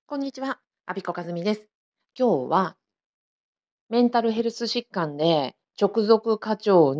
こんにちは、阿比子和美です。今日はメンタルヘルス疾患で直属課長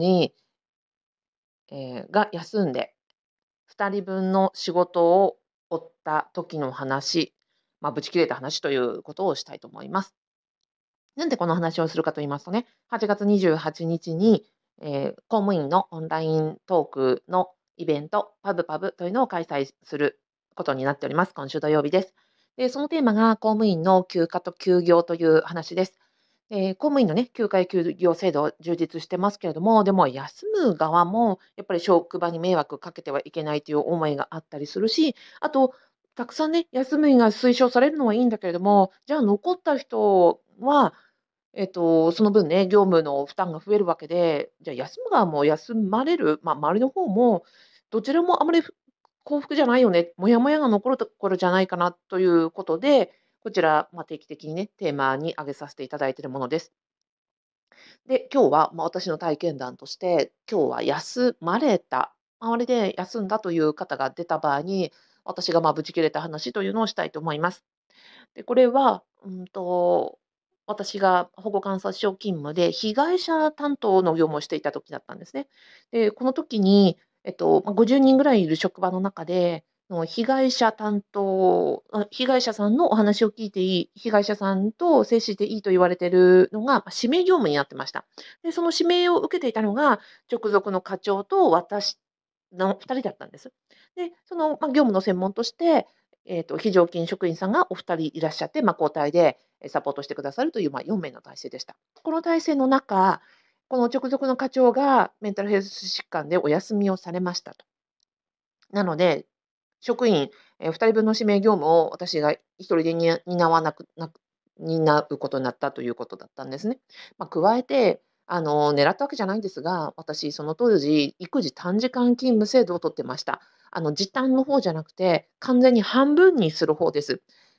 が休んで2人分の仕事を負った時の話、ぶち切れた話ということをしたいと思います。なんでこの話をするかと言いますとね、8月28日に、公務員のオンライントークのイベント、パブパブというのを開催することになっております。今週土曜日です。で、そのテーマが公務員の休暇と休業という話です。公務員のね、休暇や休業制度充実してますけれども、でも休む側もやっぱり職場に迷惑かけてはいけないという思いがあったりするし、あと、たくさんね、休みが推奨されるのはいいんだけれども、じゃあ残った人はその分ね、業務の負担が増えるわけで、じゃあ休む側も休まれる、周りの方も、どちらもあまり幸福じゃないよね、モヤモヤが残るところじゃないかなということで、こちら、定期的にね、テーマに挙げさせていただいているものです。で、今日は、私の体験談として、今日は休まれた、周りで休んだという方が出た場合に、私がブチ切れた話というのをしたいと思います。で、これは、私が保護観察所勤務で、被害者担当の業務をしていた時だったんですね。で、この時に、50人ぐらいいる職場の中で、被害者担当被害者さんのお話を聞いていい、被害者さんと接していいと言われているのが、指名業務になってました。で、その指名を受けていたのが、直属の課長と私の2人だったんです。で、その、業務の専門として、非常勤職員さんがお二人いらっしゃって、交代でサポートしてくださるという、4名の体制でした。この体制の中、この直属の課長がメンタルヘルス疾患でお休みをされましたと。なので、職員、2人分の指名業務を私が1人で担うことになったということだったんですね。加えて、狙ったわけじゃないんですが、私その当時、育児短時間勤務制度を取ってました。時短の方じゃなくて、完全に半分にする方です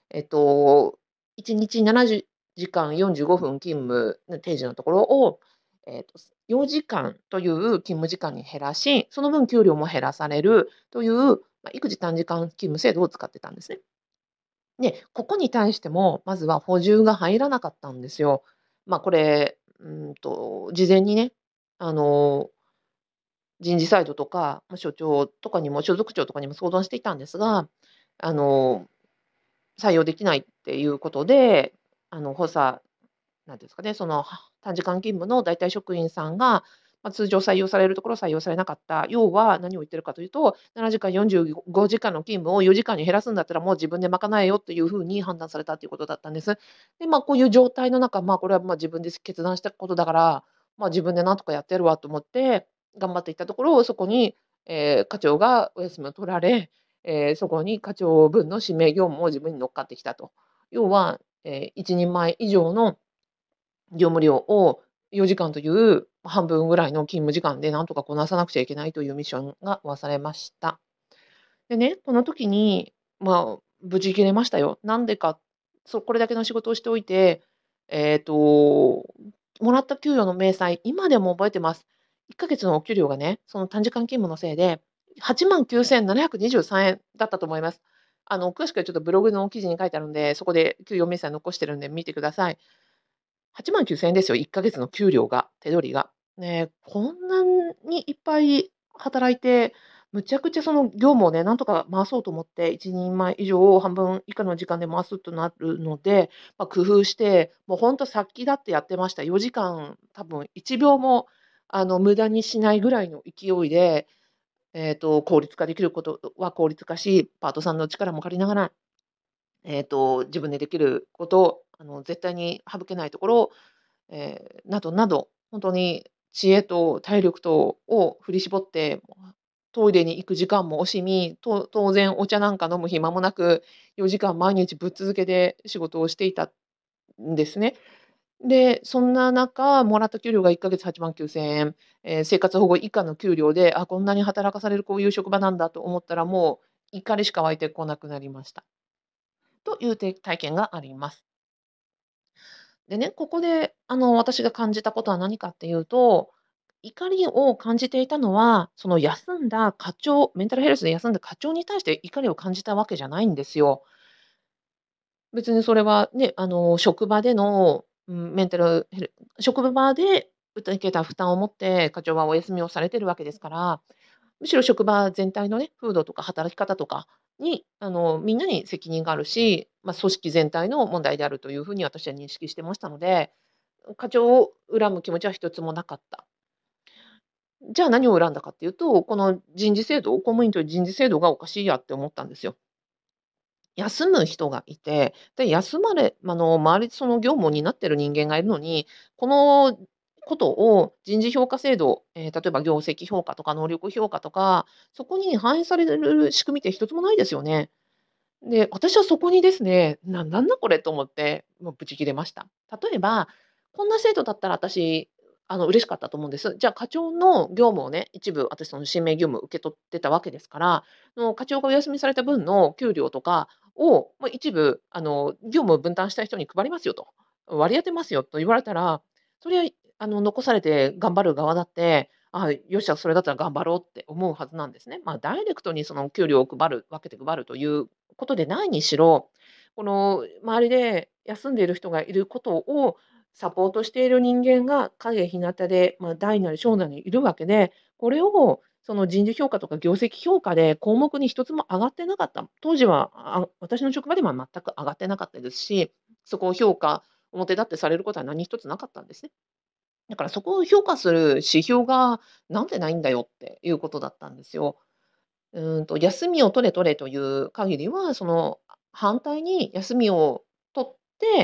。1日7時間45分勤務の定時のところを、4時間という勤務時間に減らし、その分給料も減らされるという、育児短時間勤務制度を使ってたんですね。で、ここに対しても、まずは補充が入らなかったんですよ。これ、事前にね、あの、人事サイドとか、所長とかにも、所属長とかにも相談していたんですが、あの、採用できないっていうことで、補佐なんていうんですかね、その、短時間勤務の代替職員さんが、通常採用されるところ採用されなかった。要は何を言ってるかというと、7時間45時間の勤務を4時間に減らすんだったら、もう自分で賄えよっていう風に判断されたということだったんです。で、こういう状態の中、これは、自分で決断したことだから、自分でなんとかやってやるわと思って頑張っていったところ、そこに、課長がお休みを取られ、そこに課長分の指名業務も自分に乗っかってきたと。要は、一人前以上の業務量を4時間という半分ぐらいの勤務時間でなんとかこなさなくちゃいけないというミッションが負わされました。でね、この時に、無事切れましたよ。なんでか、これだけの仕事をしておいて、えっと、もらった給与の明細、今でも覚えてます。1ヶ月のお給料がね、その短時間勤務のせいで、89,723円だったと思います。詳しくはちょっとブログの記事に書いてあるんで、そこで給与明細残してるんで見てください。89,000円ですよ、1ヶ月の給料が、手取りが。ね、こんなにいっぱい働いて、むちゃくちゃその業務をね、なんとか回そうと思って、一人前以上を半分以下の時間で回すとなるので、工夫して、もうほんと殺気立ってやってました。4時間、多分1秒も無駄にしないぐらいの勢いで、効率化できることは効率化し、パートさんの力も借りながら自分でできることを、絶対に省けないところを、などなど、本当に知恵と体力とを振り絞って、トイレに行く時間も惜しみ、当然お茶なんか飲む暇もなく、4時間毎日ぶっ続けで仕事をしていたんですね。で、そんな中、もらった給料が1ヶ月89,000円、生活保護以下の給料で、こんなに働かされるこういう職場なんだと思ったら、もう怒りしか湧いてこなくなりました。という体験があります。でね、ここで、私が感じたことは何かっていうと、怒りを感じていたのは、その休んだ課長メンタルヘルスで休んだ課長に対して怒りを感じたわけじゃないんですよ。 別にそれはね、職場での、メンタルヘル職場で受けた負担を持って課長はお休みをされてるわけですから、むしろ職場全体のね、風土とか働き方とかに、みんなに責任があるし、組織全体の問題であるというふうに私は認識してましたので、課長を恨む気持ちは一つもなかった。じゃあ何を恨んだかっていうと、この人事制度、公務員という人事制度がおかしいやって思ったんですよ。休む人がいて、で、休まれ周りでその業務を担ってる人間がいるのに、このことを人事評価制度、例えば業績評価とか能力評価とか、そこに反映される仕組みって一つもないですよね。で、私はそこにですね、なんだこれと思って、もうブチ切れました。例えば、こんな制度だったら私、嬉しかったと思うんです。じゃあ課長の業務をね、一部私その新名業務受け取ってたわけですから、課長がお休みされた分の給料とかを、一部業務を分担した人に配りますよと、割り当てますよと言われたら、それは残されて頑張る側だって、よっしゃ、それだったら頑張ろうって思うはずなんですね。ダイレクトにその給料を配る、分けて配るということでないにしろ、この周りで休んでいる人がいることをサポートしている人間が陰日向で、大なり小なりいるわけで、これをその人事評価とか業績評価で項目に一つも上がってなかった。当時は、私の職場では全く上がってなかったですし、そこを評価、表立ってされることは何一つなかったんですね。だからそこを評価する指標がなんでないんだよっていうことだったんですよ。休みを取れという限りは、その、反対に休みを取って、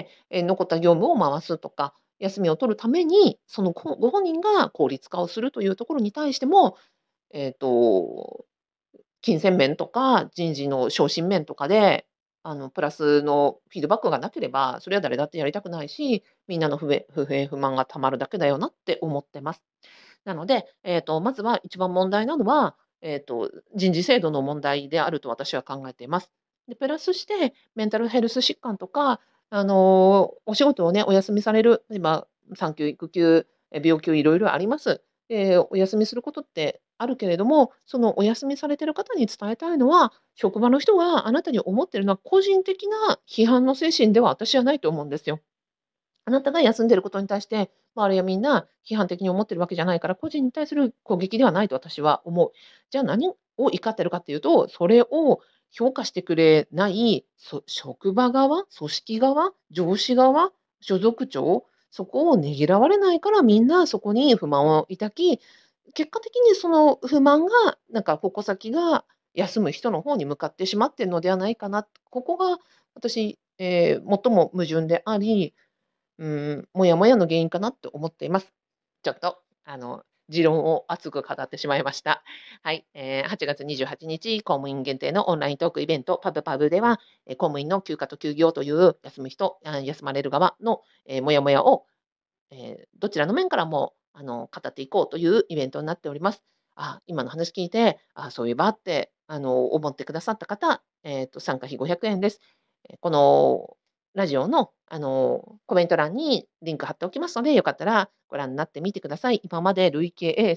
残った業務を回すとか、休みを取るために、その、ご本人が効率化をするというところに対しても、えっと金銭面とか、人事の昇進面とかで、プラスのフィードバックがなければ、それは誰だってやりたくないし、みんなの不平不満がたまるだけだよなって思ってます。なので、まずは一番問題なのは、人事制度の問題であると私は考えています。で、プラスして、メンタルヘルス疾患とか、お仕事をね、お休みされる、今、産休、育休、病休いろいろあります。お休みすることってあるけれども、そのお休みされてる方に伝えたいのは、職場の人があなたに思ってるのは個人的な批判の精神では私はないと思うんですよ。あなたが休んでることに対して、周りはみんな批判的に思ってるわけじゃないから、個人に対する攻撃ではないと私は思う。じゃあ何を怒ってるかっていうと、それを評価してくれない、職場側、組織側、上司側、所属長、そこをねぎらわれないからみんなそこに不満を抱き、結果的にその不満が、なんか矛先が休む人の方に向かってしまっているのではないかな。ここが私、最も矛盾であり、もやもやの原因かなと思っています。ちょっと、持論を熱く語ってしまいました。はい、8月28日、公務員限定のオンライントークイベント、パブパブでは、公務員の休暇と休業という休む人、休まれる側の、もやもやをどちらの面からも、語っていこうというイベントになっております。今の話聞いて、そういえばって、思ってくださった方、参加費500円です。このラジオの、コメント欄にリンク貼っておきますので、よかったらご覧になってみてください。今まで累計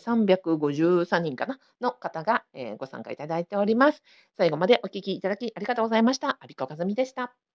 353人かなの方が、ご参加いただいております。最後までお聞きいただきありがとうございました。アビコかずみでした。